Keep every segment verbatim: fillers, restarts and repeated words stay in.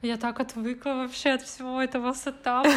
Я так отвыкла вообще от всего этого сетапа.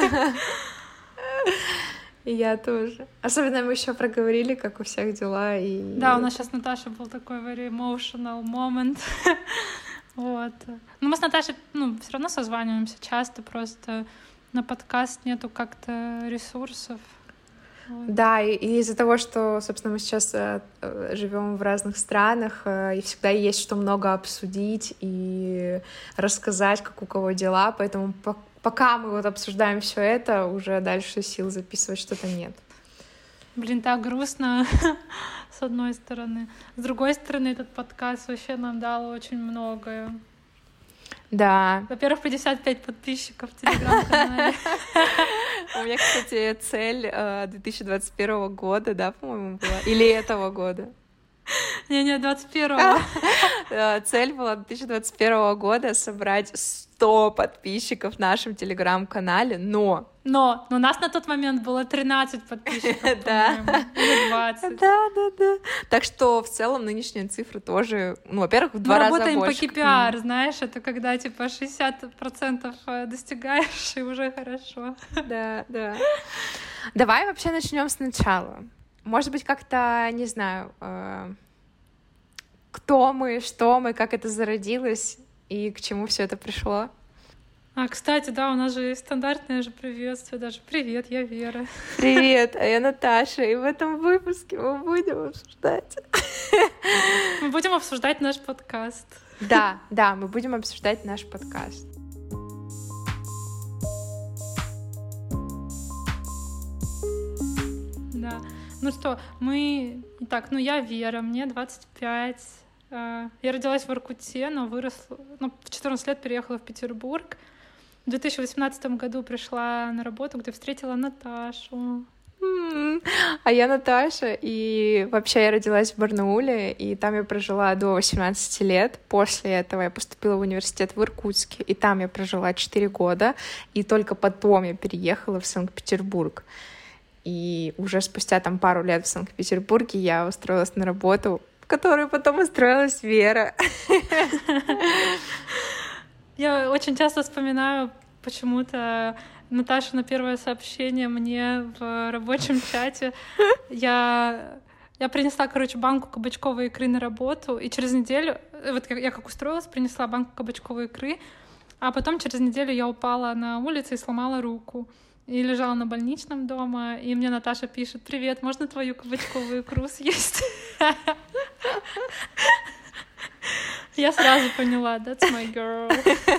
И я тоже. Особенно мы еще проговорили, как у всех дела. И... Да, у нас сейчас Наташа был такой very emotional moment. Вот. Но мы с Наташей, ну, все равно созваниваемся часто, просто на подкаст нету как-то ресурсов. Вот. Да, и, и из-за того, что, собственно, мы сейчас э, живем в разных странах, э, и всегда есть что много обсудить и рассказать, как у кого дела, поэтому по- пока мы вот обсуждаем все это, уже дальше сил записывать что-то нет. Блин, так грустно, с одной стороны. С другой стороны, этот подкаст вообще нам дал очень многое. Да. Во-первых, пятьдесят пять подписчиков в Телеграм-канале. У меня, кстати, цель две тысячи двадцать первого года, да, по-моему, была? Или этого года? Не-не, двадцать первого. Цель была две тысячи двадцать первого года собрать сто подписчиков в нашем Телеграм-канале, но... Но, но у нас на тот момент было тринадцать подписчиков, по-моему, или двадцать. Да, да, да. Так что в целом нынешние цифры тоже, ну, во-первых, в два раза больше. Мы работаем по кей пи ай, знаешь, это когда, типа, шестьдесят процентов достигаешь, и уже хорошо. Да, да. Давай вообще начнем сначала. Может быть, как-то, не знаю, э, кто мы, что мы, как это зародилось и к чему все это пришло. А, кстати, да, у нас же есть стандартное же приветствие, даже «Привет, я Вера». Привет, а я Наташа, и в этом выпуске мы будем обсуждать... Мы будем обсуждать наш подкаст. Да, да, мы будем обсуждать наш подкаст. Да. Ну что, мы... Так, ну я Вера, мне двадцать пять. Я родилась в Воркуте, но выросла... Ну, в четырнадцать лет переехала в Петербург. В две тысячи восемнадцатом году пришла на работу, где встретила Наташу. Mm-hmm. А я Наташа, и вообще я родилась в Барнауле, и там я прожила до восемнадцати лет. После этого я поступила в университет в Иркутске, и там я прожила четыре года, и только потом я переехала в Санкт-Петербург. И уже спустя там пару лет в Санкт-Петербурге я устроилась на работу, в которую потом устроилась Вера. Я очень часто вспоминаю почему-то Наташа на первое сообщение мне в рабочем чате. Я, я принесла, короче, банку кабачковой икры на работу, и через неделю, вот я как устроилась, принесла банку кабачковой икры, а потом через неделю я упала на улице и сломала руку. И лежала на больничном дома, и мне Наташа пишет: «Привет, можно твою кабачковую икру съесть?» Я сразу поняла, that's my girl.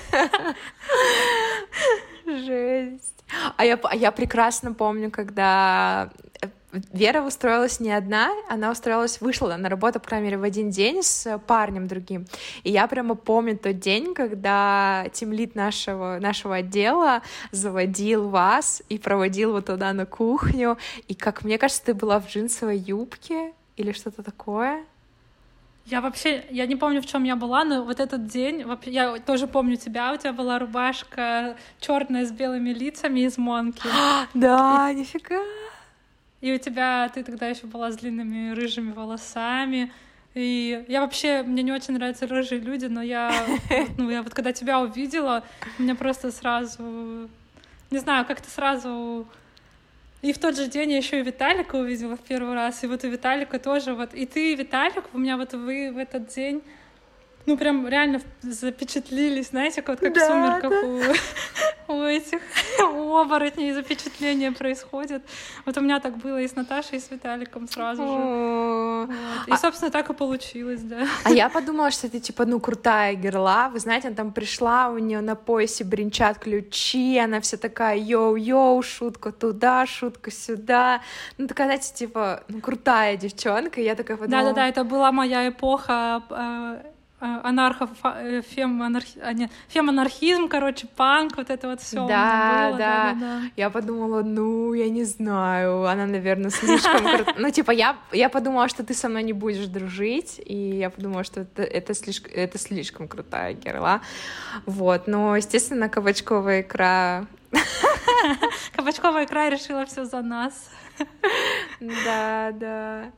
Жесть. А я, а я прекрасно помню, когда Вера устроилась не одна, она устроилась, вышла на работу, по крайней мере, в один день с парнем другим. И я прямо помню тот день, когда тимлид нашего, нашего отдела заводил вас и проводил вот туда на кухню. И, как мне кажется, ты была в джинсовой юбке или что-то такое. Я вообще, я не помню, в чем я была, но вот этот день, я тоже помню тебя, у тебя была рубашка черная с белыми лицами из Монки. Да, нифига. И у тебя, ты тогда еще была с длинными рыжими волосами. И я вообще, мне не очень нравятся рыжие люди, но я, ну, я вот когда тебя увидела, меня просто сразу, не знаю, как-то сразу... И в тот же день я еще и Виталика увидела в первый раз, и вот у Виталика тоже вот... И ты, и Виталик, у меня вот вы в этот день, ну, прям реально запечатлились, знаете, вот как да, в «Сумерках» да. у, у этих у оборотней запечатление происходит. Вот у меня так было и с Наташей, и с Виталиком сразу же. Вот. И, собственно, так и получилось, да. А я подумала, что ты, типа, ну, крутая герла. Вы знаете, она там пришла, у нее на поясе бренчат ключи, она вся такая йоу-йоу, шутка туда, шутка сюда. Ну, такая, знаете, типа, ну, крутая девчонка. И я такая подумала... Да-да-да, это была моя эпоха... анархов, фем, анархи... а, нет, фем-анархизм, короче, панк, вот это вот все. Да, да, да, да. Я подумала, ну, я не знаю, она, наверное, слишком крутая. Ну, типа, я, я подумала, что ты со мной не будешь дружить, и я подумала, что это, это, слишком, это слишком крутая герла. Вот, но, естественно, кабачковая икра... Кабачковая икра решила все за нас. Да, да.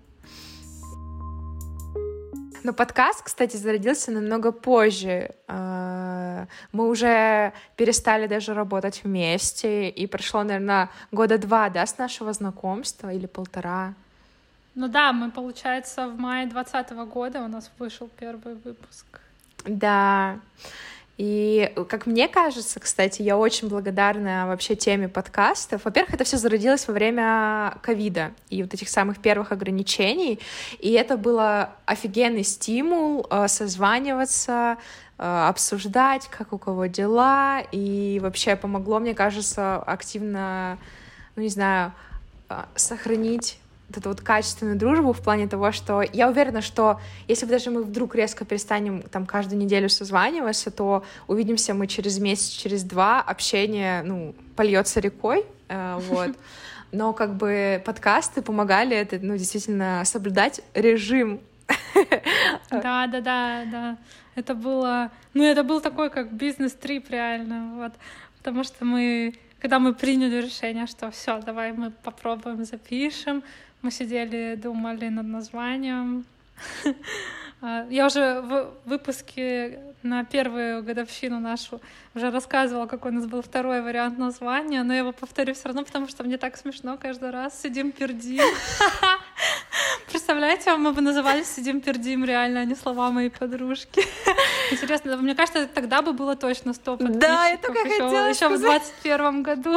Но подкаст, кстати, зародился намного позже. подкаста. Мы уже перестали даже работать вместе, и прошло, наверное, года два, да, с нашего знакомства, или полтора. Ну да, мы, получается, в мае двадцатого года у нас вышел первый выпуск. Да. И, как мне кажется, кстати, я очень благодарна вообще теме подкастов. Во-первых, это все зародилось во время ковида и вот этих самых первых ограничений, и это было офигенный стимул э, созваниваться, э, обсуждать, как у кого дела, и вообще помогло, мне кажется, активно, ну не знаю, э, сохранить вот эту вот качественную дружбу в плане того, что я уверена, что если бы даже мы вдруг резко перестанем там каждую неделю созваниваться, то увидимся мы через месяц, через два, общение, ну, польется рекой, э, вот. Но как бы подкасты помогали это, ну, действительно соблюдать режим. Да, да, да, да. Это было, ну, это был такой как бизнес-трип реально, вот, потому что мы, когда мы приняли решение, что все, давай мы попробуем, запишем, мы сидели, думали над названием. Я уже в выпуске на первую годовщину нашу уже рассказывала, какой у нас был второй вариант названия, но я его повторю все равно, потому что мне так смешно каждый раз. Сидим, пердим. Представляете, мы бы назывались «Сидим, пердим» реально, а не «Слова моей подружки». Интересно, мне кажется, тогда бы было точно сто подписчиков. Да, я только хотела еще в двадцать первом году.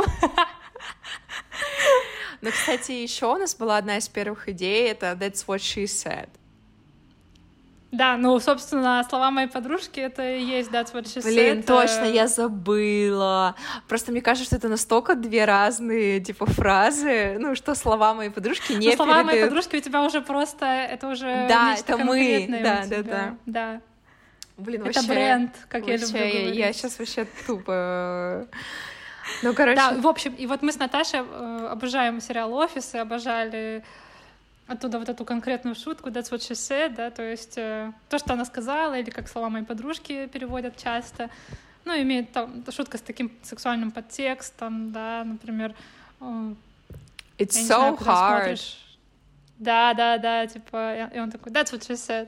Но, кстати, еще у нас была одна из первых идей, это «That's what she said». Да, ну, собственно, слова моей подружки — это и есть «That's what she said». Блин, точно, я забыла. Просто мне кажется, что это настолько две разные, типа, фразы, ну, что слова моей подружки не передают. Слова моей подружки у тебя уже просто, это уже да, нечто это конкретное мы, да, у да, тебя. да, да. Блин, это вообще, бренд, как вообще, я люблю говорить. Я сейчас вообще тупо... Ну, короче... Да, в общем, и вот мы с Наташей э, обожаем сериал «Офис», и обожали оттуда вот эту конкретную шутку «That's what she said», да, то есть э, то, что она сказала, или как слова моей подружки переводят часто, ну, имеет там шутка с таким сексуальным подтекстом, да, например... Э, It's so знаю, hard. Смотришь. Да, да, да, типа, и он такой «That's what she said».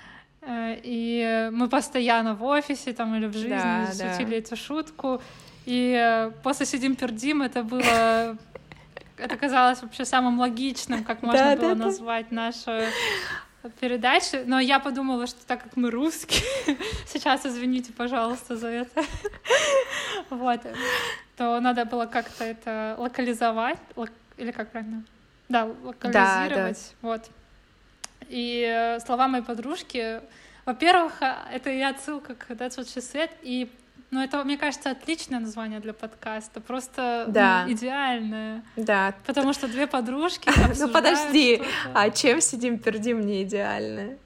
И мы постоянно в офисе там или в жизни да, шутили да. эту шутку. И после «Сидим, пердим» это было... Это казалось вообще самым логичным, как можно да, было да, назвать нашу передачу. Но я подумала, что так как мы русские, сейчас извините, пожалуйста, за это, вот, то надо было как-то это локализовать, или как правильно? Да, локализировать, да, да. Вот. И слова моей подружки, во-первых, это и отсылка к «That's what she said», и ну, это, мне кажется, отличное название для подкаста, просто да. ну, идеальное. Да. Потому что две подружки обсуждают. Ну подожди, что-то. А чем «Сидим, пердим» не идеальное?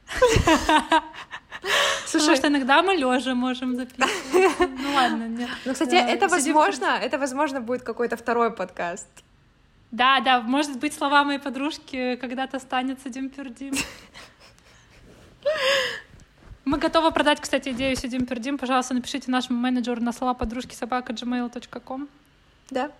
Потому что иногда мы лежа можем записывать. Ну ладно, нет. Ну, кстати, это возможно, это возможно будет какой-то второй подкаст. Да, да, может быть, слова моей подружки когда-то станет «Сидим, пердим». Мы готовы продать, кстати, идею «Сидим, пердим». Пожалуйста, напишите нашему менеджеру на слова подружки собака джи мейл точка ком. Да.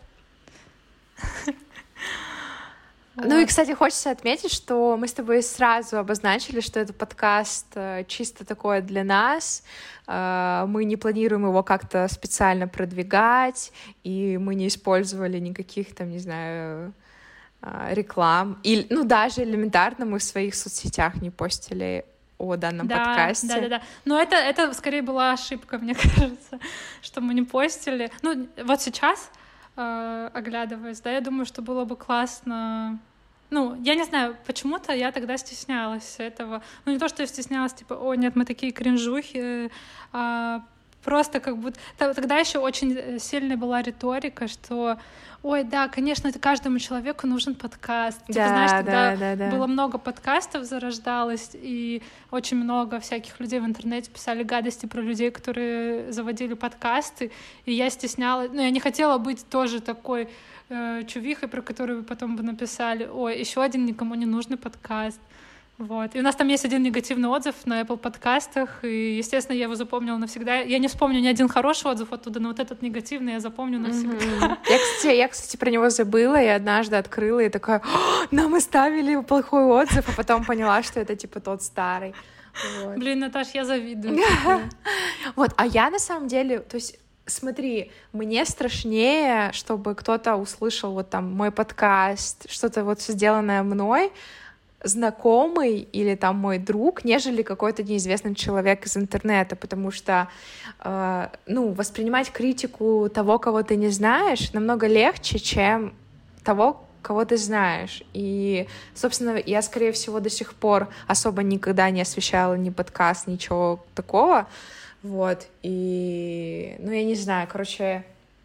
Ну и, кстати, хочется отметить, что мы с тобой сразу обозначили, что это подкаст чисто такой для нас. Мы не планируем его как-то специально продвигать, и мы не использовали никаких там, не знаю, реклам. И, ну, даже элементарно мы в своих соцсетях не постили о данном да, подкасте. Да, да, да. Но это, это скорее была ошибка, мне кажется, что мы не постили. Ну, вот сейчас, э, оглядываясь, да, я думаю, что было бы классно. Ну, я не знаю, почему-то я тогда стеснялась этого. Ну, не то, что я стеснялась, типа, о, нет, мы такие кринжухи, а просто как будто... Тогда еще очень сильная была риторика, что ой, да, конечно, это каждому человеку нужен подкаст. Да, типа, знаешь, тогда да, да, да. было много подкастов, зарождалось, и очень много всяких людей в интернете писали гадости про людей, которые заводили подкасты, и я стеснялась, ну, я не хотела быть тоже такой э, чувихой, про которую вы потом бы написали, ой, еще один никому не нужный подкаст. Вот. И у нас там есть один негативный отзыв на Apple подкастах, и, естественно, я его запомнила навсегда. Я не вспомню ни один хороший отзыв оттуда, но вот этот негативный я запомню навсегда. Mm-hmm. Я, кстати, я, кстати, про него забыла, и однажды открыла, и такая, нам оставили плохой отзыв, а потом поняла, что это, типа, тот старый. Вот. Блин, Наташ, я завидую. Вот, а я на самом деле, то есть, смотри, мне страшнее, чтобы кто-то услышал вот там мой подкаст, что-то вот сделанное мной, знакомый или там мой друг, нежели какой-то неизвестный человек из интернета, потому что, э, ну, воспринимать критику того, кого ты не знаешь, намного легче, чем того, кого ты знаешь. И, собственно, я, скорее всего, до сих пор особо никогда не освещала ни подкаст, ничего такого, вот, и, ну, я не знаю, короче...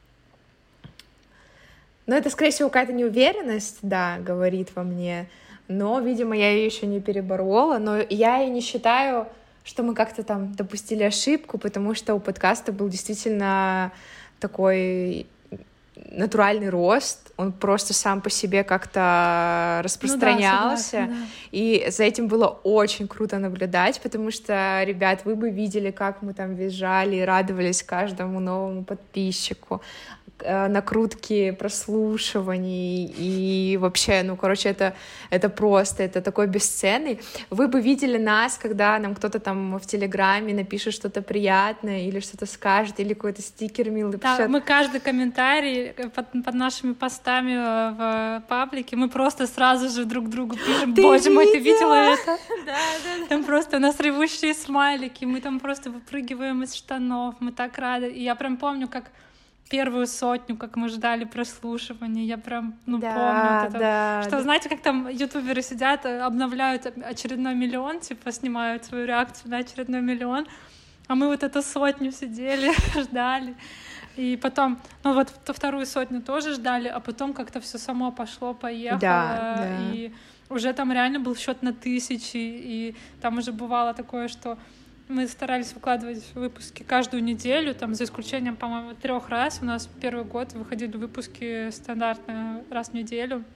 Ну, это, скорее всего, какая-то неуверенность, да, говорит во мне, но, видимо, я ее еще не переборола, но я и не считаю, что мы как-то там допустили ошибку, потому что у подкаста был действительно такой натуральный рост, он просто сам по себе как-то распространялся, ну да, согласна, да. И за этим было очень круто наблюдать, потому что, ребят, вы бы видели, как мы там визжали и радовались каждому новому подписчику, накрутки прослушиваний, и вообще, ну, короче, это, это просто, это такой бесценный. Вы бы видели нас, когда нам кто-то там в Телеграме напишет что-то приятное, или что-то скажет, или какой-то стикер милый. Да, пришлет. Мы каждый комментарий под, под нашими постами в паблике, мы просто сразу же друг другу пишем: боже мой, ты видела это? Да, да. Там просто у нас ревущие смайлики, мы там просто выпрыгиваем из штанов, мы так рады. И я прям помню, как первую сотню, как мы ждали прослушивания, я прям, ну, да, помню вот это. Да, что, да. Знаете, как там ютуберы сидят, обновляют очередной миллион, типа снимают свою реакцию на очередной миллион, а мы вот эту сотню сидели, ждали. И потом, ну вот вторую сотню тоже ждали, а потом как-то все само пошло, поехало, да, да. И уже там реально был счет на тысячи, и там уже бывало такое, что мы старались выкладывать выпуски каждую неделю, там, за исключением, по-моему, трех раз. У нас первый год выходили выпуски стандартно раз в неделю.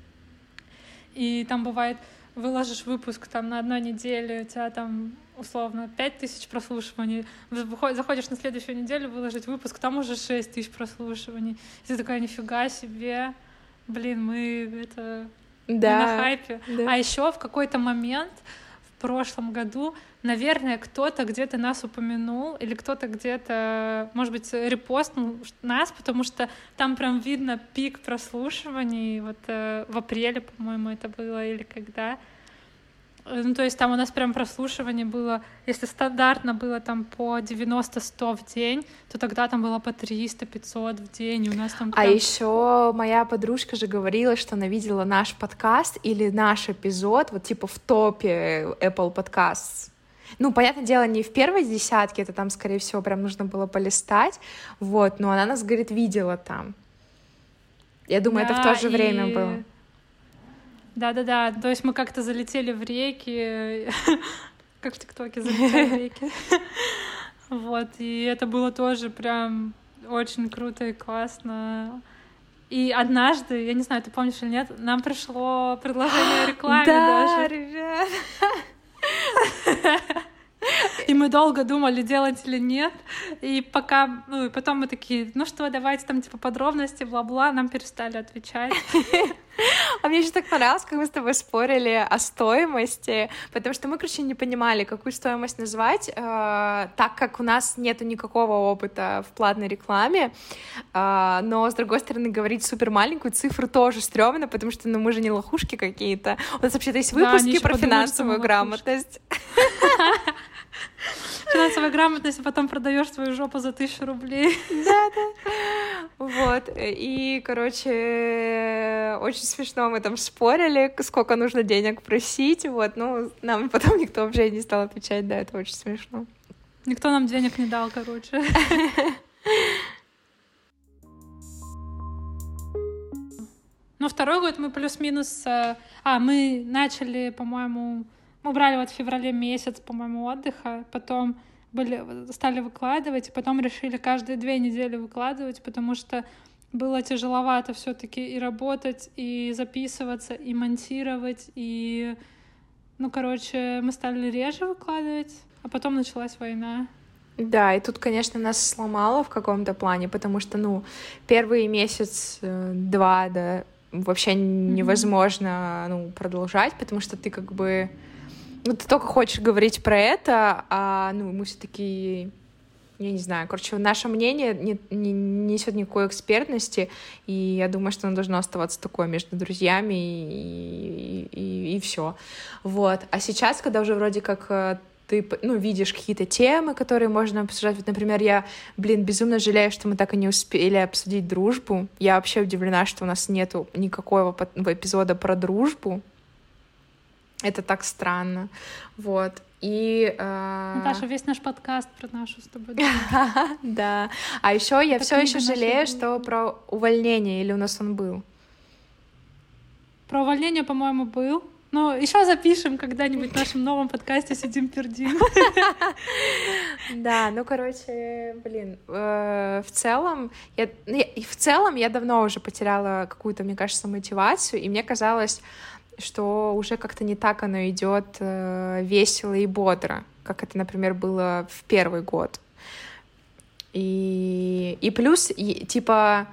И там бывает, выложишь выпуск там на одной неделе, у тебя там условно пять тысяч прослушиваний, заходишь на следующую неделю выложить выпуск, там уже шесть тысяч прослушиваний. И ты такая: нифига себе, блин, мы это... Да, мы на хайпе. Да. А еще в какой-то момент в прошлом году, наверное, кто-то где-то нас упомянул, или кто-то где-то, может быть, репостнул нас, потому что там прям видно пик прослушиваний, вот э, в апреле, по-моему, это было, или когда. Ну, то есть там у нас прям прослушивание было, если стандартно было там по девяносто-сто в день, то тогда там было по триста-пятьсот в день, и у нас там... Прям... А еще моя подружка же говорила, что она видела наш подкаст или наш эпизод, вот типа в топе Apple Podcasts. Ну, понятное дело, не в первой десятке, это там, скорее всего, прям нужно было полистать, вот, но она нас, говорит, видела там. Я думаю, да, это в то же и... время было. Да-да-да, то есть мы как-то залетели в реки, как в ТикТоке залетели в реки. Вот, и это было тоже прям очень круто и классно. И однажды, я не знаю, ты помнишь или нет, нам пришло предложение о рекламе даже. Да, ребят. И мы долго думали, делать или нет. И пока, ну, и потом мы такие: ну что, давайте там типа подробности, бла-бла, нам перестали отвечать. А мне еще так понравилось, как мы с тобой спорили о стоимости, потому что мы, короче, не понимали, какую стоимость назвать, э, так как у нас нету никакого опыта в платной рекламе, э, но, с другой стороны, говорить супер маленькую цифру тоже стрёмно, потому что, ну, мы же не лохушки какие-то. У нас вообще-то есть выпуски да, про финансовую грамотность. Финансовая грамотность, а потом продаешь свою жопу за тысячу рублей. Да, да. Вот. И, короче, очень смешно мы там спорили, сколько нужно денег просить. Вот. Ну, нам потом никто вообще не стал отвечать. Да, это очень смешно. Никто нам денег не дал, короче. Ну, второй год мы плюс-минус... А, мы начали, по-моему... Мы брали вот в феврале месяц, по-моему, отдыха, потом были, стали выкладывать, и потом решили каждые две недели выкладывать, потому что было тяжеловато все-таки и работать, и записываться, и монтировать, и, ну, короче, мы стали реже выкладывать, а потом началась война. Да, и тут, конечно, нас сломало в каком-то плане, потому что, ну, первый месяц-два, да, вообще невозможно, mm-hmm. ну, продолжать, потому что ты как бы... Ну, ты только хочешь говорить про это, а ну, мы все-таки, я не знаю, короче, наше мнение не, не несет никакой экспертности, и я думаю, что оно должно оставаться такое между друзьями, и, и, и все. Вот. А сейчас, когда уже вроде как ты, ну, видишь какие-то темы, которые можно обсуждать. Вот, например, я, блин, безумно жалею, что мы так и не успели обсудить дружбу. Я вообще удивлена, что у нас нету никакого эпизода про дружбу. Это так странно. Вот. И... Э... Наташа, весь наш подкаст про нашу с тобой. Да. А еще я все еще жалею, что про увольнение, или у нас он был? Про увольнение, по-моему, был. Ну, еще запишем когда-нибудь в нашем новом подкасте «Сидим пердим». Да, ну, короче, блин, в целом, я, в целом я давно уже потеряла какую-то, мне кажется, мотивацию, и мне казалось, что уже как-то не так оно идет весело и бодро, как это, например, было в первый год. И, и плюс, и, типа...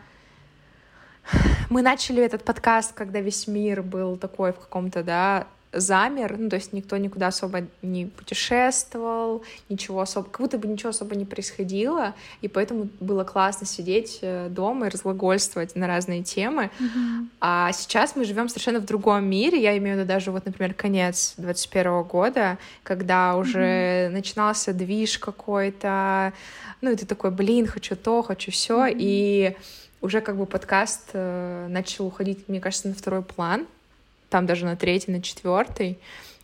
Мы начали этот подкаст, когда весь мир был такой в каком-то, да, замер, ну, то есть никто никуда особо не путешествовал, ничего особо, как будто бы ничего особо не происходило, и поэтому было классно сидеть дома и разглагольствовать на разные темы. Mm-hmm. А сейчас мы живем совершенно в другом мире, я имею в виду даже, вот, например, конец двадцать первого года, когда уже mm-hmm. начинался движ какой-то, ну, и ты такой, блин, хочу то, хочу все, mm-hmm. и уже как бы подкаст э, начал уходить, мне кажется, на второй план, там даже на третий, на четвертый,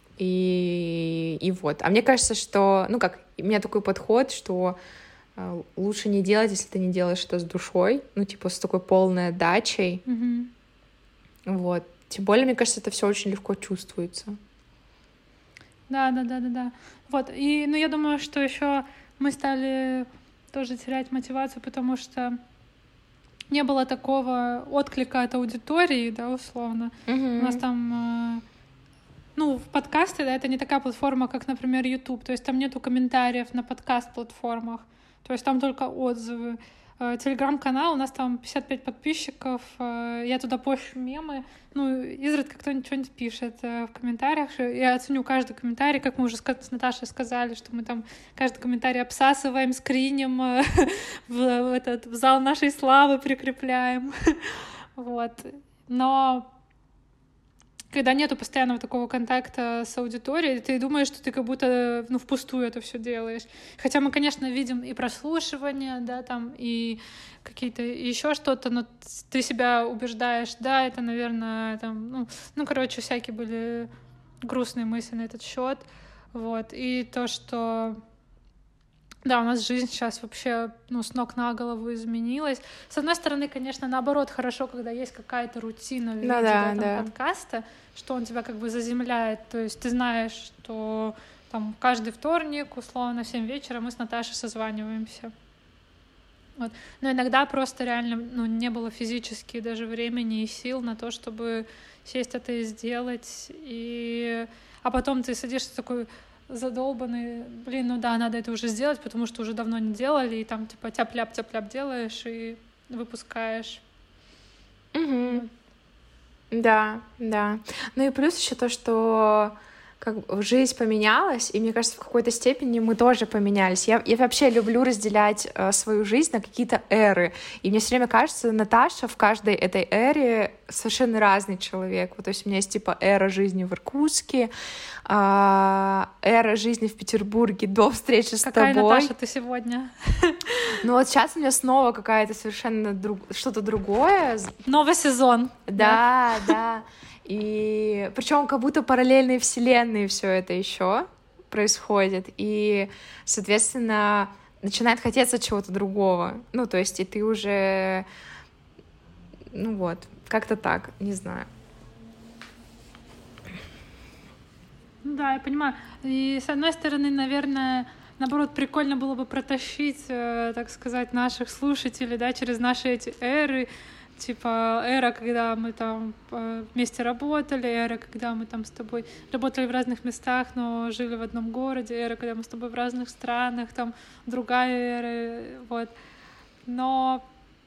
и, и вот. А мне кажется, что, ну как, у меня такой подход, что э, лучше не делать, если ты не делаешь это с душой, ну типа с такой полной отдачей, mm-hmm. вот. Тем более, мне кажется, это все очень легко чувствуется. Да, да, да, да, да. Вот, и, ну я думаю, что еще мы стали тоже терять мотивацию, потому что не было такого отклика от аудитории, да, условно. Mm-hmm. У нас там, э, ну, в подкасте, да, это не такая платформа, как, например, YouTube, то есть там нету комментариев на подкаст-платформах, то есть там только отзывы. Э, Телеграм-канал, у нас там пятьдесят пять подписчиков, э, я туда пощу мемы, ну, изредка кто-нибудь что-нибудь пишет э, в комментариях, я оценю каждый комментарий, как мы уже с Наташей сказали, что мы там каждый комментарий обсасываем, скриним, э, в, в, этот, в зал нашей славы прикрепляем, вот, но когда нету постоянного такого контакта с аудиторией, ты думаешь, что ты как будто, ну, впустую это все делаешь. Хотя мы, конечно, видим и прослушивания, да, там, и какие-то еще что-то, но ты себя убеждаешь, да, это, наверное, там, ну, ну, короче, всякие были грустные мысли на этот счет, вот, и то, что... Да, у нас жизнь сейчас вообще, ну, с ног на голову изменилась. С одной стороны, конечно, наоборот, хорошо, когда есть какая-то рутина в виде да, да, да, там, да. подкаста, что он тебя как бы заземляет. То есть ты знаешь, что там каждый вторник, условно, в семь вечера мы с Наташей созваниваемся. Вот. Но иногда просто реально, ну, не было физически даже времени и сил на то, чтобы сесть это и сделать. И... А потом ты садишься такой... задолбанный, блин, ну да, надо это уже сделать, потому что уже давно не делали, и там типа тяп-ляп-тяп-ляп делаешь и выпускаешь. Угу. Да, да. Ну и плюс еще то, что как бы жизнь поменялась, и мне кажется, в какой-то степени мы тоже поменялись. Я, я вообще люблю разделять э, свою жизнь на какие-то эры. И мне все время кажется, Наташа в каждой этой эре совершенно разный человек. Вот, то есть у меня есть типа эра жизни в Иркутске, э, эра жизни в Петербурге до встречи с Какая тобой. Наташа ты сегодня? Ну вот сейчас у меня снова какая-то совершенно друг... что-то другое. Новый сезон. Да, да. да. И причем как будто параллельные вселенные все это еще происходит. И, соответственно, начинает хотеться чего-то другого. Ну, то есть, и ты уже. Ну вот, как-то так, не знаю. Да, я понимаю. И с одной стороны, наверное, наоборот, прикольно было бы протащить, так сказать, наших слушателей, да, через наши эти эры. Типа эра, когда мы там вместе работали, эра, когда мы там с тобой работали в разных местах, но жили в одном городе, эра, когда мы с тобой в разных странах, там другая эра, вот. Но,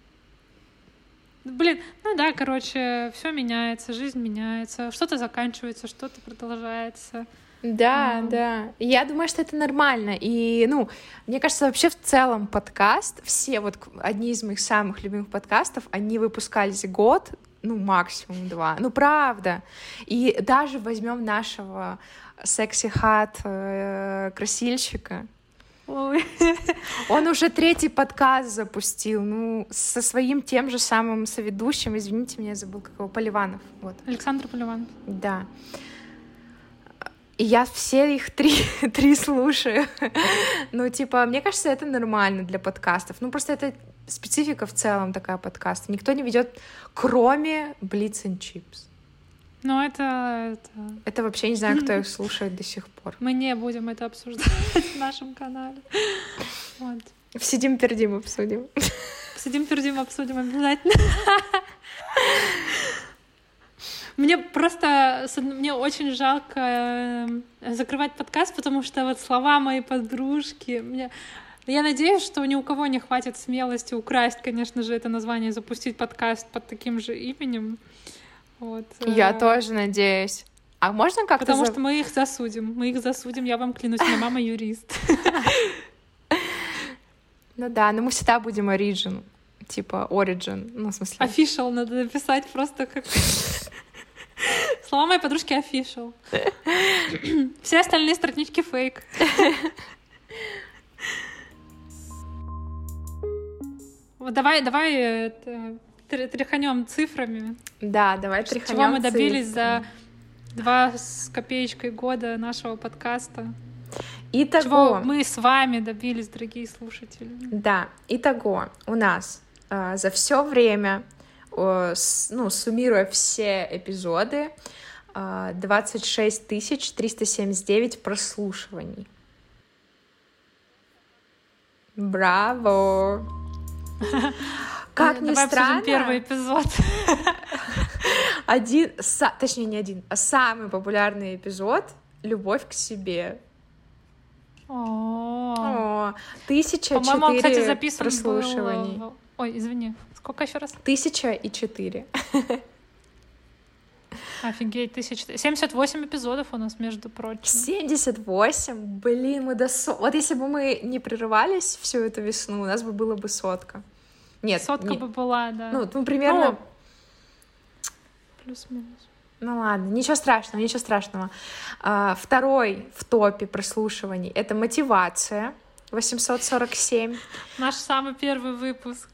блин, ну да, короче, все меняется, жизнь меняется, что-то заканчивается, что-то продолжается. Да, А. да. И я думаю, что это нормально. И, ну, мне кажется, вообще в целом подкаст, все вот к- одни из моих самых любимых подкастов, они выпускались год, ну, максимум два. Ну, правда. И даже возьмем нашего секси-хат э, красильщика. Ой. Он уже третий подкаст запустил, ну, со своим тем же самым соведущим, извините меня, я забыл, как его, Поливанов, вот, Александр Поливанов. да. И я все их три, три слушаю. Ну, типа, мне кажется, это нормально для подкастов. Ну, просто это специфика в целом такая подкаста. Никто не ведет, кроме Blitz and Chips. Но это, это... Это вообще не знаю, кто их слушает до сих пор. Мы не будем это обсуждать в нашем канале. Вот. Сидим, пердим, обсудим. Сидим, пердим, обсудим обязательно. Мне просто, мне очень жалко э, закрывать подкаст, потому что вот слова моей подружки, мне... я надеюсь, что ни у кого не хватит смелости украсть, конечно же, это название, запустить подкаст под таким же именем. Вот. Я тоже надеюсь. А можно как-то... Потому за... что мы их засудим, мы их засудим, я вам клянусь, моя мама юрист. Ну да, но мы всегда будем origin, типа origin, ну, в смысле... Official надо написать просто как... Слова моей подружки official. Все остальные странички фейк. Вот давай, давай это, тряханем цифрами. Да, давай тряханем Чего мы добились цифрами. за два с копеечкой года нашего подкаста. Итого... Чего мы с вами добились, дорогие слушатели. Да, итого у нас э, за все время, э, с, ну, суммируя все эпизоды, э, двадцать шесть тысяч триста семьдесят девять прослушиваний. Браво! Как ни Давай странно, обсудим первый эпизод. один, са, точнее не один, а самый популярный эпизод — «Любовь к себе». О, О, тысяча по-моему, он, кстати, четыре записан прослушиваний. был... Ой, извини, сколько еще раз? Тысяча и четыре. Офигеть, тысяча... семьдесят восемь эпизодов у нас, между прочим. семьдесят восемь? Блин, мы до со... Вот если бы мы не прерывались всю эту весну, у нас бы было бы сотка. Нет, Сотка не... бы была, да. Ну, ну, примерно... Ну, плюс-минус. Ну ладно, ничего страшного, ничего страшного. А, второй в топе прослушиваний — это «Мотивация», восемьсот сорок семь. Наш самый первый выпуск.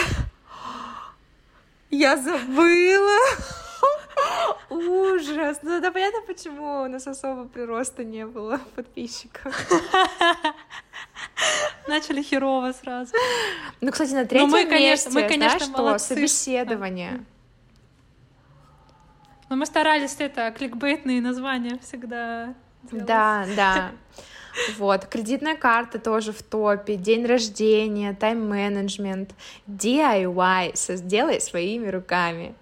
Я забыла! Ужас! Ну да, понятно, почему у нас особо прироста не было подписчиков. Начали херово сразу. Ну, кстати, на третьем мы, конечно, месте, мы, конечно, знаешь что? молодцы. Собеседование. Но мы старались это, кликбейтные названия всегда делать. Да, да. Вот, кредитная карта тоже в топе, день рождения, тайм-менеджмент, ди ай вай, сделай своими руками.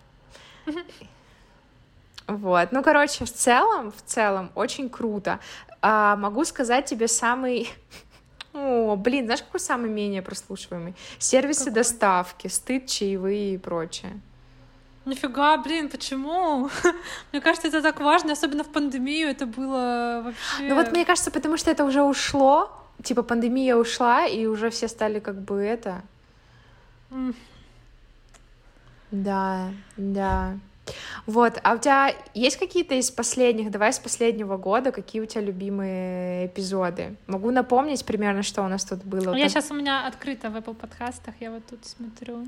Вот, ну, короче, в целом, в целом, очень круто. А, могу сказать тебе самый... О, блин, знаешь, какой самый менее прослушиваемый? Сервисы Какой? доставки, стыд, чаевые и прочее. Нифига, блин, почему? Мне кажется, это так важно, особенно в пандемию это было вообще... Ну вот мне кажется, потому что это уже ушло, типа пандемия ушла, и уже все стали как бы это... Mm. Да, да. Вот, а у тебя есть какие-то из последних, давай с последнего года, какие у тебя любимые эпизоды? Могу напомнить примерно, что у нас тут было. Я Там... сейчас у меня открыто в Apple подкастах, я вот тут смотрю.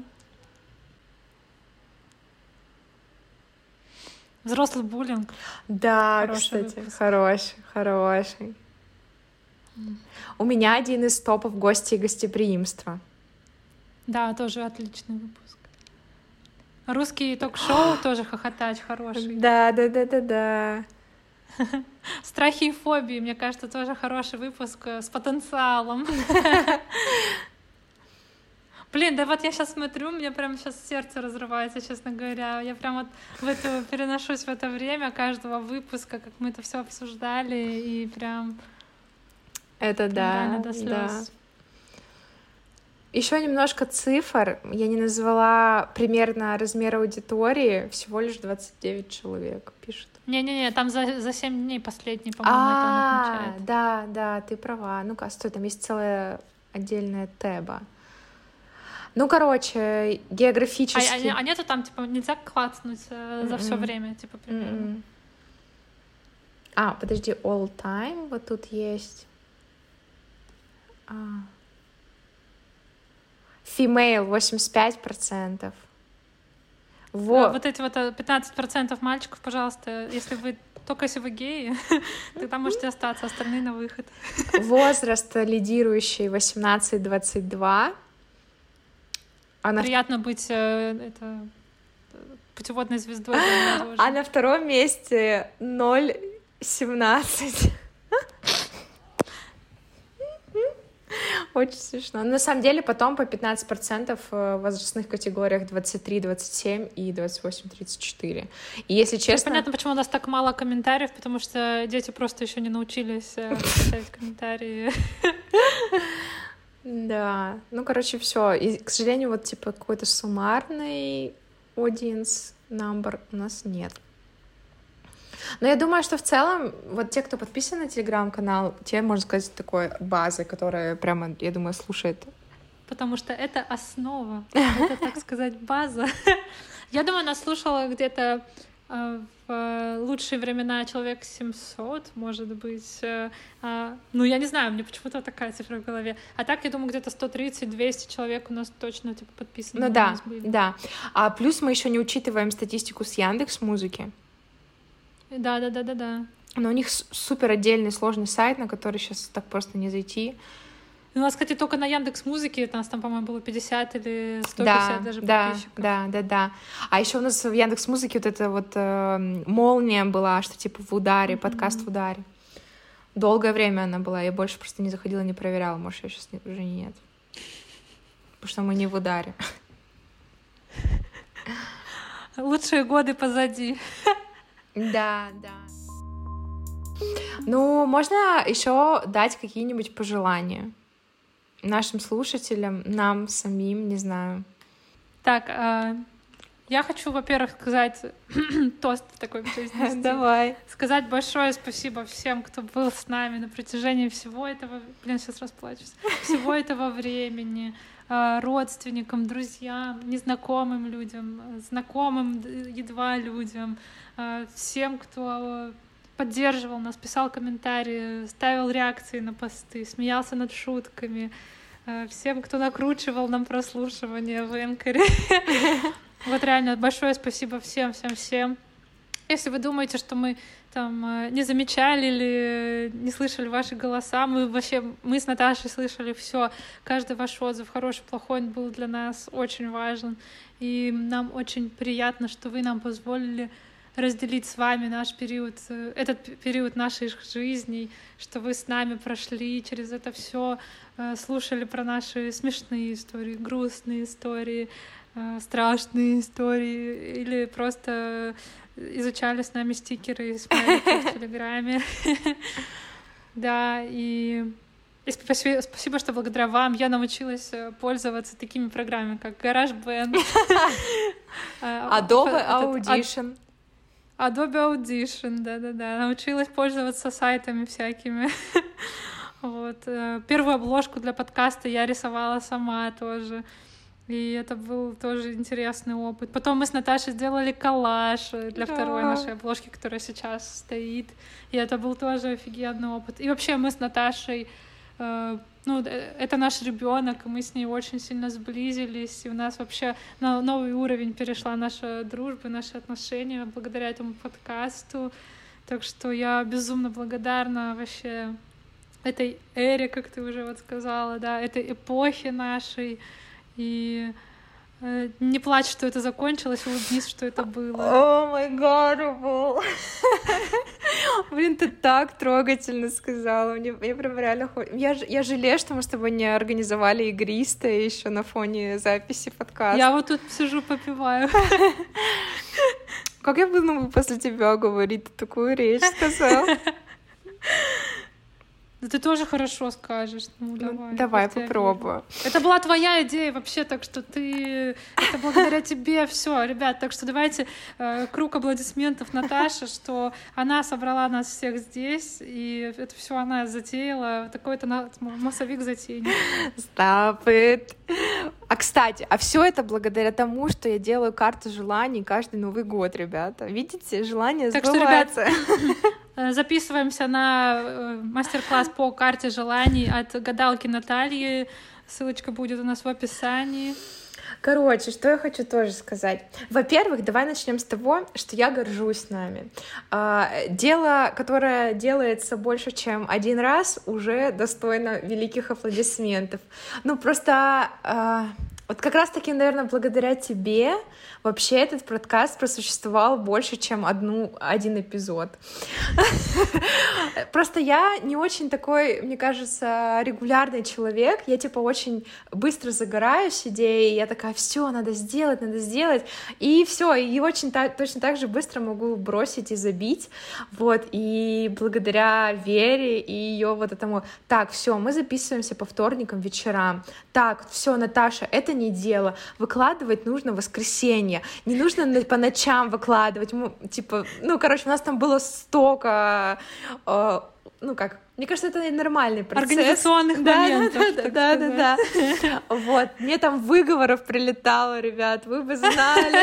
Взрослый буллинг. Да, Хороший кстати, выпуск. хороший, хороший. Mm. У меня один из топов «Гости и гостеприимство». Да, тоже отличный выпуск. Русский ток-шоу тоже хохотач хороший. Да, да, да, да, да. Страхи и фобии, мне кажется, тоже хороший выпуск с потенциалом. Блин, да вот я сейчас смотрю, у меня прям сейчас сердце разрывается, честно говоря. Я прям вот в это переношусь в это время каждого выпуска, как мы это все обсуждали, и прям... Это да, до слез. да. Еще немножко цифр. Я не назвала примерно размер аудитории. Всего лишь двадцать девять человек пишут. Не-не-не, там за, за семь дней последний, по-моему, это он А, отмечает. да, да, ты права. Ну-ка, стой, там есть целая отдельная теба. Ну, короче, А, географически... а, а нету там, типа, нельзя клацнуть э, за все М-м. время, типа, примерно? М-м. А, подожди, all time вот тут есть. А. Female восемьдесят пять процентов. А, Вот. Вот эти вот э, пятнадцать процентов мальчиков, пожалуйста, если вы только если вы геи, тогда можете остаться, остальные на выход. Возраст лидирующий восемнадцать двадцать два. А на, Приятно быть э, это, э, путеводной звездой для молодежи. а на втором месте ноль семнадцать. Очень смешно. Но на самом деле потом по пятнадцать процентов в возрастных категориях двадцать три двадцать семь и двадцать восемь тридцать четыре. И если Теперь честно... понятно, почему у нас так мало комментариев, потому что дети просто еще не научились э, писать комментарии. Да, ну, короче, все. И, к сожалению, вот, типа, какой-то суммарный audience number у нас нет. Но я думаю, что в целом, вот те, кто подписан на телеграм-канал, те, можно сказать, такой базы, которая прямо, я думаю, слушает. Потому что это основа, это, так сказать, база. Я думаю, нас слушало где-то э, в лучшие времена человек семьсот, может быть. Э, э, ну, я не знаю, мне почему-то такая цифра в голове. А так, я думаю, где-то сто тридцать двести человек у нас точно типа подписаны. Ну у да, нас были. да. А плюс мы еще не учитываем статистику с Яндекс.Музыки. Да, да, да, да, да. Но у них с- супер отдельный сложный сайт, на который сейчас так просто не зайти. У нас, кстати, только на Яндекс.Музыке у нас там, по-моему, было пятьдесят или сто Да, пятьдесят даже да, подписчиков. да, да, да. А еще у нас в Яндекс.Музыке вот эта вот э, молния была, что типа в ударе, Мгм. подкаст в ударе. Долгое время она была, я больше просто не заходила, не проверяла, может, я сейчас уже нет. Потому что мы не в ударе. Лучшие годы позади. Да, да. Ну, можно еще дать какие-нибудь пожелания нашим слушателям, нам самим, не знаю. Так, э, я хочу, во-первых, сказать тост в такой произнести. Давай. Сказать большое спасибо всем, кто был с нами на протяжении всего этого, блин, сейчас расплачусь, всего этого времени, э, родственникам, друзьям, незнакомым людям, э, знакомым д- едва людям, э, всем, кто поддерживал нас, писал комментарии, ставил реакции на посты, смеялся над шутками, э, всем, кто накручивал нам прослушивание в Энкоре. Вот реально большое спасибо всем, всем, всем. Если вы думаете, что мы там э, не замечали или не слышали ваши голоса, мы вообще, мы с Наташей слышали все, каждый ваш отзыв, хороший, плохой, он был для нас очень важен. И нам очень приятно, что вы нам позволили разделить с вами наш период, э, этот п- период нашей жизни, что вы с нами прошли через это все, слушали про наши смешные истории, грустные истории, э, страшные истории, или просто изучали с нами стикеры и смайлики в Телеграме. Да, и и спаси- спасибо, что благодаря вам я научилась э, пользоваться такими программами, как GarageBand, э, Adobe этот, а- Audition. Adobe Audition, да-да-да. Научилась пользоваться сайтами всякими. Вот. э, Первую обложку для подкаста я рисовала сама тоже. И это был тоже интересный опыт. Потом мы с Наташей сделали коллаж э, для второй Да. нашей обложки, которая сейчас стоит. И это был тоже офигенный опыт. И вообще мы с Наташей, э, ну, э, это наш ребенок, и мы с ней очень сильно сблизились, и у нас вообще на новый уровень перешла наша дружба, наши отношения благодаря этому подкасту. Так что я безумно благодарна вообще этой эре, как ты уже вот сказала, да, этой эпохе нашей. И э, не плачь, что это закончилось, улыбнись, что это было. О май гад, Рубл. Блин, ты так трогательно сказала. Мне, мне прям реально хо- я, ж- я жалею, что мы с тобой не организовали игристое еще на фоне записи подкаста. Я вот тут сижу, попиваю. Как я буду после тебя говорить? Ты такую речь сказал. Да ты тоже хорошо скажешь. Ну, давай. Ну, давай, попробую. Это была твоя идея вообще, так что ты... Это благодаря тебе все, ребят. Так что давайте э, круг аплодисментов Наташе, что она собрала нас всех здесь, и это все она затеяла. Такой-то на... массовик-затейник. Stop it. А, кстати, а все это благодаря тому, что я делаю карту желаний каждый Новый год, ребята. Видите, желание сбывается. Так что, ребят, записываемся на мастер-класс по карте желаний от гадалки Натальи. Ссылочка будет у нас в описании. Короче, что я хочу тоже сказать. Во-первых, давай начнем с того, что я горжусь нами. Дело, которое делается больше, чем один раз, уже достойно великих аплодисментов. Ну, просто... Вот как раз-таки, наверное, благодаря тебе вообще этот подкаст просуществовал больше, чем одну, один эпизод. Просто я не очень такой, мне кажется, регулярный человек. Я, типа, очень быстро загораюсь идеей. Я такая, все, надо сделать, надо сделать. И все, и очень так, точно так же быстро могу бросить и забить. Вот, и благодаря Вере и ее вот этому... Так, все, мы записываемся по вторникам вечерам. Так, все, Наташа, это не дело. Выкладывать нужно в воскресенье. Не нужно по ночам выкладывать. Мы, типа, ну, короче, у нас там было столько... Э, ну, как... Мне кажется, это нормальный процесс. Организационных да, моментов. Да, да, да, да, да. Вот. Мне там выговоров прилетало, ребят, вы бы знали.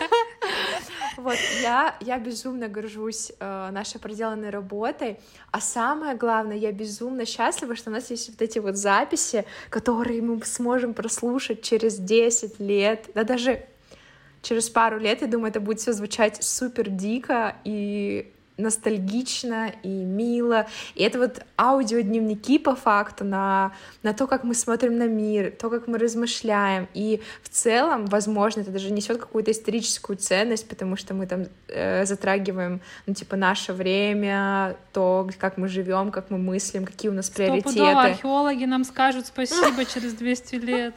Вот, я, я безумно горжусь э, нашей проделанной работой, а самое главное, я безумно счастлива, что у нас есть вот эти вот записи, которые мы сможем прослушать через десять лет, да даже через пару лет, я думаю, это будет все звучать супер дико и ностальгично и мило. И это вот аудиодневники по факту на, на то, как мы смотрим на мир, то, как мы размышляем. И в целом, возможно, это даже несет какую-то историческую ценность, потому что мы там э, затрагиваем, ну, типа, наше время, то, как мы живем, как мы мыслим, какие у нас приоритеты. Стопудово археологи нам скажут спасибо через двести лет.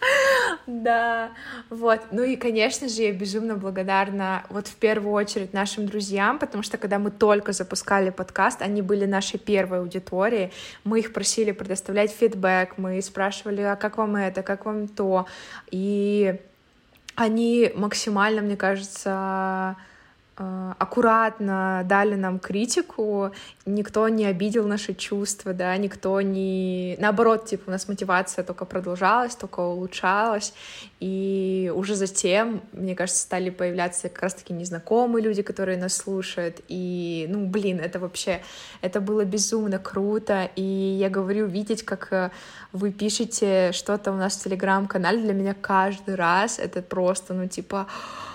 Да, вот. Ну и, конечно же, я безумно благодарна вот в первую очередь нашим друзьям, потому что когда мы только запускали подкаст, они были нашей первой аудиторией, мы их просили предоставлять фидбэк, мы спрашивали, а как вам это, как вам то, и они максимально, мне кажется, аккуратно дали нам критику, никто не обидел наши чувства, да, никто не... Наоборот, типа, у нас мотивация только продолжалась, только улучшалась, и уже затем, мне кажется, стали появляться как раз-таки незнакомые люди, которые нас слушают, и, ну, блин, это вообще, это было безумно круто, и я говорю, видеть, как вы пишете что-то у нас в Телеграм-канале, для меня каждый раз это просто, ну, типа...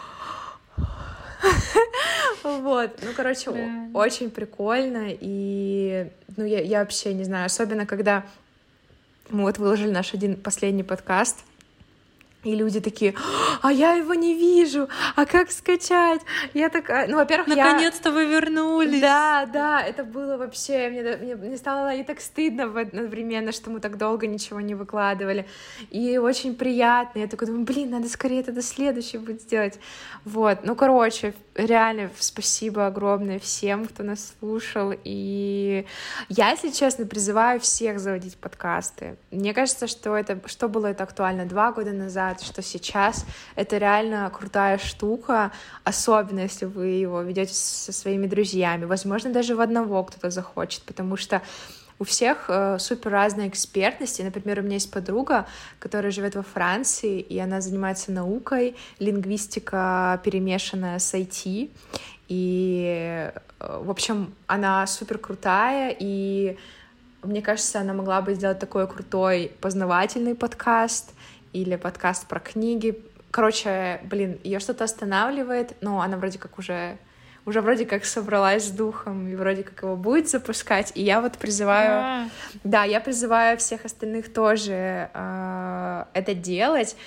Вот, ну, короче, да. Очень прикольно, и, ну, я, я вообще не знаю, особенно когда мы вот выложили наш один последний подкаст, и люди такие, а я его не вижу, а как скачать? Я такая, ну, во-первых, я... Наконец-то вы вернулись. Да, да, это было вообще, мне, мне, мне стало и так стыдно одновременно, что мы так долго ничего не выкладывали, и очень приятно, я такой думаю, блин, надо скорее это до следующего будет сделать, вот, ну, короче, реально спасибо огромное всем, кто нас слушал, и я, если честно, призываю всех заводить подкасты, мне кажется, что это, что было это актуально два года назад, что сейчас это реально крутая штука, особенно если вы его ведете со своими друзьями, возможно, даже в одного кто-то захочет, потому что у всех э, супер разная экспертность. И, например, у меня есть подруга, которая живет во Франции, и она занимается наукой, лингвистика, перемешанная с ай ти, и, э, в общем, она супер крутая, и мне кажется, она могла бы сделать такой крутой познавательный подкаст, или подкаст про книги. Короче, блин, ее что-то останавливает, но она вроде как уже, уже вроде как собралась с духом и вроде как его будет запускать. И я вот призываю, yeah. да, я призываю всех остальных тоже э, это делать,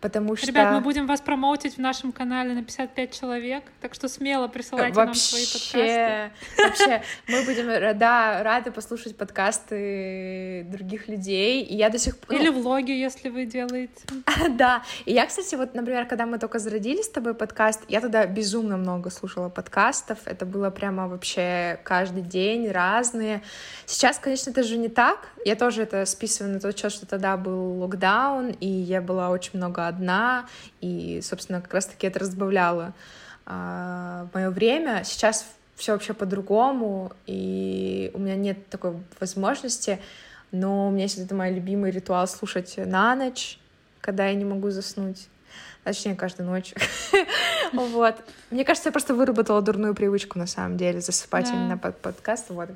потому что... Ребят, мы будем вас промоутить в нашем канале на пятьдесят пять человек, так что смело присылайте вообще, нам свои подкасты. Вообще, мы будем, да, рады послушать подкасты других людей, и я до сих пор... Или влоги, если вы делаете. Да, и я, кстати, вот, например, когда мы только зародили с тобой подкаст, я тогда безумно много слушала подкастов, это было прямо вообще каждый день, разные. Сейчас, конечно, это же не так, я тоже это списываю на тот счет, что тогда был локдаун, и я была очень много одна, и, собственно, как раз-таки это разбавляло а, мое время. Сейчас все вообще по-другому, и у меня нет такой возможности, но у меня есть это мой любимый ритуал слушать на ночь, когда я не могу заснуть. Точнее, каждую ночь. Вот. Мне кажется, я просто выработала дурную привычку, на самом деле, засыпать именно под подкаст. Вот.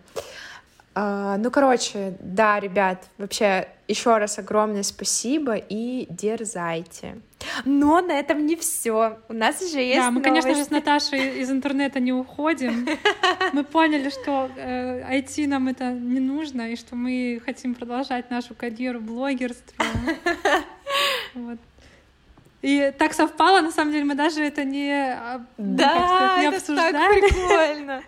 Ну, короче, да, ребят, вообще еще раз огромное спасибо и дерзайте. Но на этом не все. У нас уже есть Да, мы, новости. Конечно же, с Наташей из интернета не уходим. Мы поняли, что э, ай ти нам это не нужно, и что мы хотим продолжать нашу карьеру блогерства. Вот. И так совпало, на самом деле, мы даже это не, ну, да, как сказать, не это обсуждали. Так прикольно.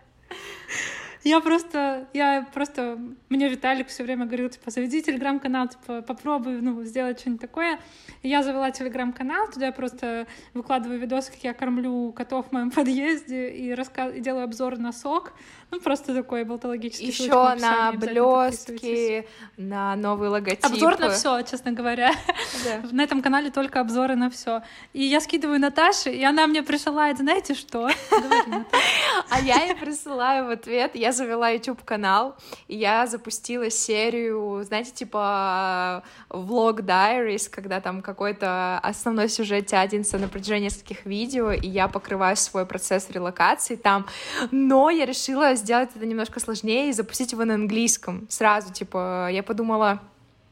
Я просто, я просто, мне Виталик все время говорил, типа, заведи телеграм-канал, типа, попробуй, ну, сделать что-нибудь такое. И я завела телеграм-канал, туда я просто выкладываю видосы, как я кормлю котов в моем подъезде и, раска... и делаю обзор на сок. Ну, просто такой болтологический. Еще на блестки, на новые логотипы. Обзор на все, честно говоря. Да. На этом канале только обзоры на все. И я скидываю Наташе, и она мне присылает, знаете что? Говори, а я ей присылаю в ответ, я завела YouTube-канал, и я запустила серию, знаете, типа Vlog Diaries, когда там какой-то основной сюжет тянется на протяжении нескольких видео, и я покрываю свой процесс релокации там, но я решила сделать это немножко сложнее и запустить его на английском сразу, типа, я подумала...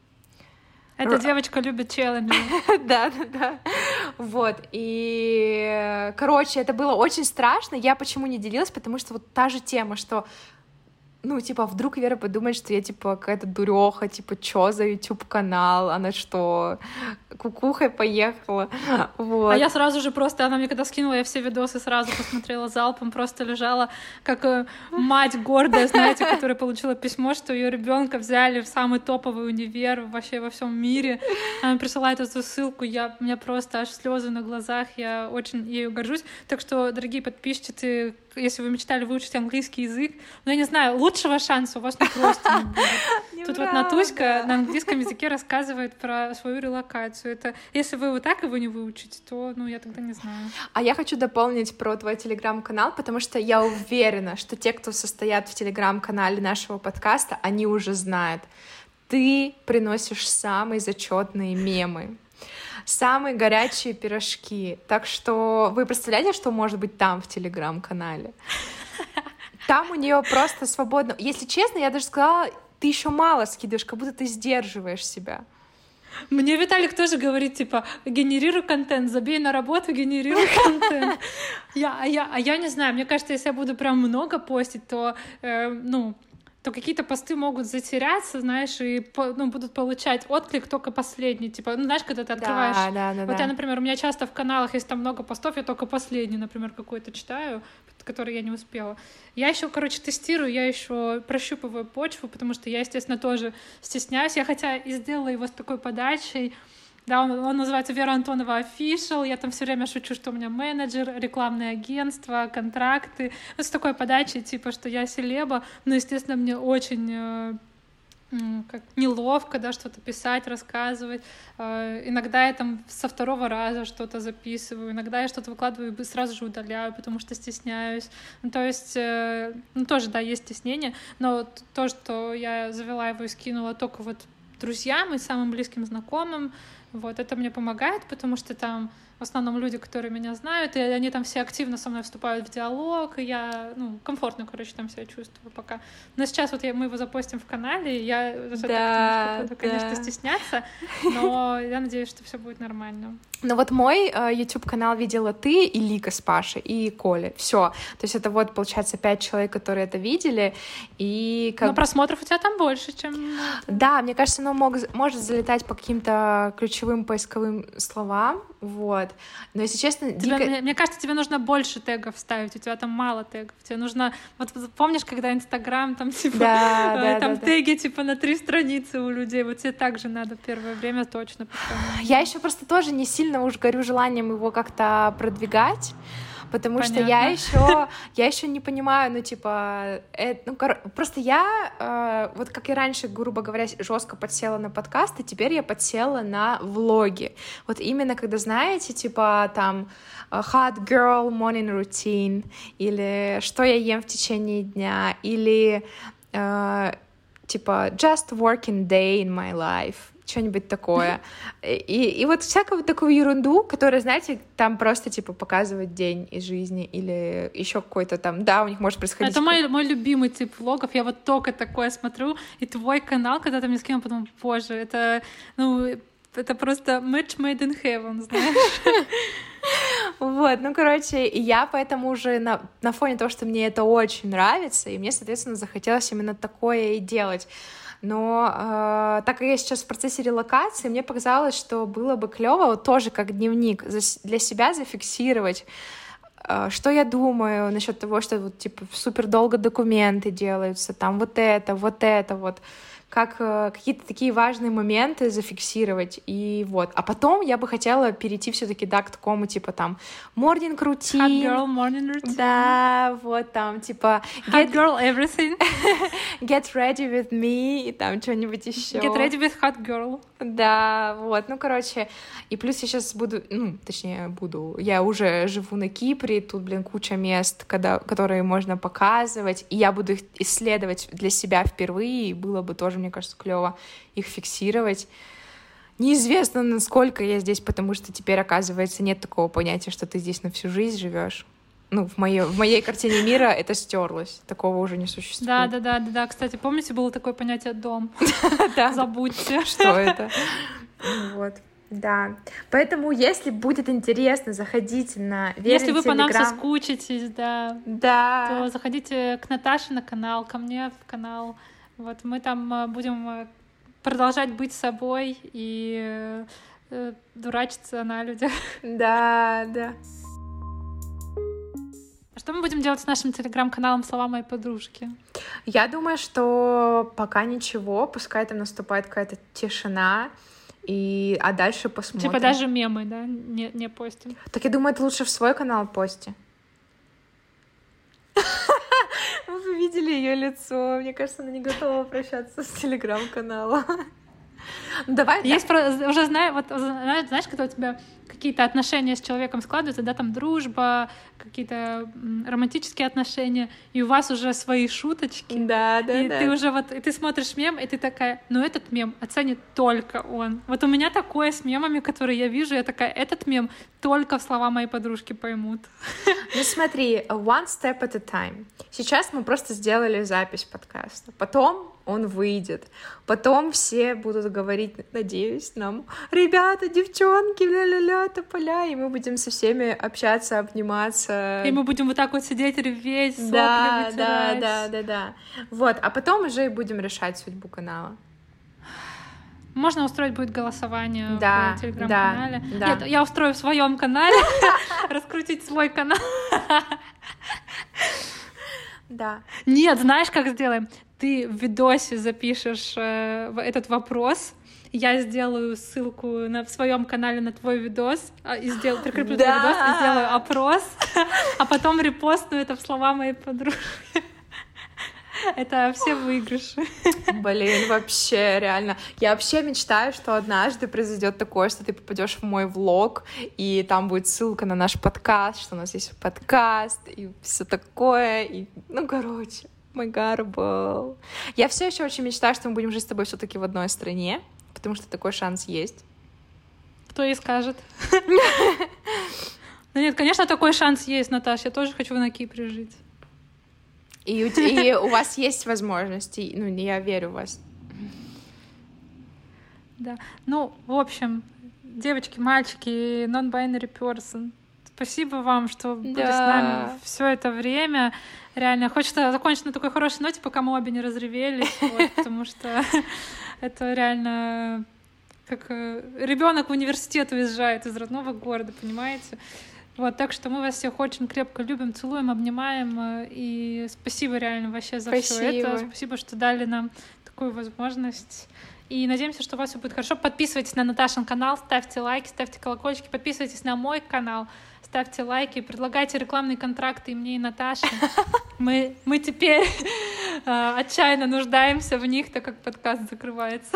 Эта девочка любит челленджи. Да, да, да. Вот. И, короче, это было очень страшно. Я почему не делилась? Потому что вот та же тема, что ну, типа, вдруг Вера подумает, что я, типа, какая-то дуреха, типа, чё за YouTube-канал, она что, кукухой поехала, вот. А я сразу же просто, она мне когда скинула, я все видосы сразу посмотрела залпом, просто лежала, как мать гордая, знаете, которая получила письмо, что ее ребенка взяли в самый топовый универ вообще во всем мире. Она присылает эту ссылку, я, у меня просто аж слезы на глазах, я очень ею горжусь. Так что, дорогие подписчики, если вы мечтали выучить английский язык, ну, я не знаю, лучшего шанса у вас не просто не будет. Тут вот Натуська на английском языке рассказывает про свою релокацию. Это если вы вот так его не выучите, то, ну, я тогда не знаю. А я хочу дополнить про твой телеграм-канал, потому что я уверена, что те, кто состоят в телеграм-канале нашего подкаста, они уже знают. Ты приносишь самые зачетные мемы, самые горячие пирожки. Так что вы представляете, что может быть там в телеграм-канале? Там у нее просто свободно. Если честно, я даже сказала, ты еще мало скидываешь, как будто ты сдерживаешь себя. Мне Виталик тоже говорит, типа, генерируй контент, забей на работу, генерируй контент. Я, а, я, а я не знаю, мне кажется, если я буду прям много постить, то, э, ну, то какие-то посты могут затеряться, знаешь, и ну, будут получать отклик только последний. Типа, ну, знаешь, когда ты открываешь... Да, да, да, вот да. я, например, у меня часто в каналах, если там много постов, я только последний, например, какой-то читаю, который я не успела. Я еще, короче, тестирую, я еще прощупываю почву, потому что я, естественно, тоже стесняюсь. Я хотя и сделала его с такой подачей. Да, он, он называется Вера Антонова Official. Я там все время шучу, что у меня менеджер, рекламное агентство, контракты. Вот с такой подачей, типа, что я селеба. Но, естественно, мне очень э, как неловко, да, что-то писать, рассказывать. Э, иногда я там со второго раза что-то записываю, иногда я что-то выкладываю и сразу же удаляю, потому что стесняюсь. Ну, то есть, э, ну, тоже, да, есть стеснение, но то, что я завела его и скинула только вот друзьям и самым близким знакомым, вот, это мне помогает, потому что там в основном люди, которые меня знают, и они там все активно со мной вступают в диалог, и я, ну, комфортно, короче, там себя чувствую пока. Но сейчас вот я, мы его запостим в канале, и я да, буду, конечно, да. стесняться, но я надеюсь, что все будет нормально. Ну вот мой э, YouTube-канал видела ты и Лика с Пашей, и Коля, все. То есть это вот, получается, пять человек, которые это видели, и... Как... Но просмотров у тебя там больше, чем... Да, мне кажется, оно мог, может залетать по каким-то ключевым ключевым поисковым словам, вот. Но, если честно, Тебе, дико... мне, мне кажется, тебе нужно больше тегов ставить, у тебя там мало тегов. Тебе нужно... Вот помнишь, когда Инстаграм, там, типа, да, э, да, там да, теги, да. типа, на три страницы у людей. Вот тебе так же надо первое время точно. Я еще просто тоже не сильно уж горю желанием его как-то продвигать, потому Понятно. что я еще, я еще не понимаю, ну, типа, это, ну, кор... просто я, э, вот как и раньше, грубо говоря, жестко подсела на подкасты, теперь я подсела на влоги. Вот именно когда, знаете, типа, там, hot girl morning routine, или что я ем в течение дня, или, э, типа, just working day in my life, что-нибудь такое. И, и вот всякую такую ерунду, которая, знаете, там просто, типа, показывать день из жизни или еще какой-то там, да, у них может происходить... Это мой, мой любимый тип влогов, я вот только такое смотрю, и твой канал, когда ты мне скинул, подумала, боже, это, ну, это просто match made in heaven, знаешь? Вот, ну, короче, я поэтому уже на, на фоне того, что мне это очень нравится, и мне, соответственно, захотелось именно такое и делать. Но э, так как я сейчас в процессе релокации, мне показалось, что было бы клево вот тоже как дневник для себя зафиксировать, э, что я думаю насчет того, что вот типа супер долго документы делаются, там вот это, вот это, вот как э, какие-то такие важные моменты зафиксировать, и вот. А потом я бы хотела перейти все-таки, да, к такому, типа, там, morning routine. Hot girl morning routine. Да, вот там, типа... Hot girl everything. Get ready with me, и там что-нибудь еще. Get ready with hot girl. Да, вот, ну, короче, и плюс я сейчас буду, ну, точнее, буду, я уже живу на Кипре, тут, блин, куча мест, когда, которые можно показывать, и я буду их исследовать для себя впервые, и было бы тоже, мне кажется, клево их фиксировать. Неизвестно, насколько я здесь, потому что теперь, оказывается, нет такого понятия, что ты здесь на всю жизнь живешь. Ну, в моей, в моей картине мира это стерлось. Такого уже не существует. Да, да, да, да, да. Кстати, помните, было такое понятие «дом»? Забудьте. Что это? Вот. Да. Поэтому, если будет интересно, заходите на Верин Если вы по нам Телеграм. соскучитесь, да, да, то заходите к Наташе на канал, ко мне в канал. Вот мы там будем продолжать быть собой и э, дурачиться на людях. Да, да. Что мы будем делать с нашим телеграм-каналом «Слова моей подружки»? Я думаю, что пока ничего, пускай там наступает какая-то тишина, и... а дальше посмотрим. Типа даже мемы, да, не, не постим. Так я думаю, это лучше в свой канал пости. Вы видели ее лицо. Мне кажется, она не готова прощаться с телеграм-каналом. Ну, давай. Есть про... уже знаю, вот знаешь, когда у тебя какие-то отношения с человеком складываются, да, там дружба, какие-то романтические отношения, и у вас уже свои шуточки. Да, да, и да. ты уже вот, и ты смотришь мем, и ты такая, ну этот мем оценит только он. Вот у меня такое с мемами, которые я вижу, я такая, этот мем только в слова моей подружки поймут. Ну смотри, one step at a time. Сейчас мы просто сделали запись подкаста, потом он выйдет, потом все будут говорить, надеюсь, нам, ребята, девчонки, ля-ля-ля, тополя, и мы будем со всеми общаться, обниматься. И мы будем вот так вот сидеть, реветь, сопли да, вытирать. Да, да, да, да. Вот, а потом уже и будем решать судьбу канала. Можно устроить будет голосование да, в телеграм-канале. Да, Нет, да. я устрою в своем канале, раскрутить свой канал. Да. Нет, знаешь, как сделаем? Ты в видосе запишешь э, этот вопрос, я сделаю ссылку на, в своем канале на твой видос, и сделаю, прикреплю да. твой видос и сделаю опрос, а потом репостну это в слова моей подружки. Это все выигрыши. Блин, вообще, реально. Я вообще мечтаю, что однажды произойдет такое, что ты попадешь в мой влог, и там будет ссылка на наш подкаст, что у нас есть подкаст, и все такое. И... Ну, короче, my God, я все еще очень мечтаю, что мы будем жить с тобой все-таки в одной стране, потому что такой шанс есть. Кто ей скажет? Ну нет, конечно, такой шанс есть, Наташа. Я тоже хочу на Кипре жить. И у, и у вас есть возможности, ну, я верю в вас. Да. Ну, в общем, девочки, мальчики, non-binary person, спасибо вам, что были да. с нами все это время. Реально, хочется закончить на такой хорошей ноте, пока мы обе не разревелись, вот, потому что это реально как ребенок в университет уезжает из родного города, понимаете? Вот, так что мы вас всех очень крепко любим, целуем, обнимаем. И спасибо реально вообще за все это. Спасибо, что дали нам такую возможность. И надеемся, что у вас все будет хорошо. Подписывайтесь на Наташин канал, ставьте лайки, ставьте колокольчики, подписывайтесь на мой канал, ставьте лайки, предлагайте рекламные контракты и мне, и Наташе. Мы, мы теперь э, отчаянно нуждаемся в них, так как подкаст закрывается.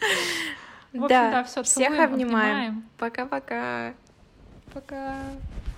В общем, да, да, все, всех целуем, обнимаем. обнимаем. Пока-пока. Пока.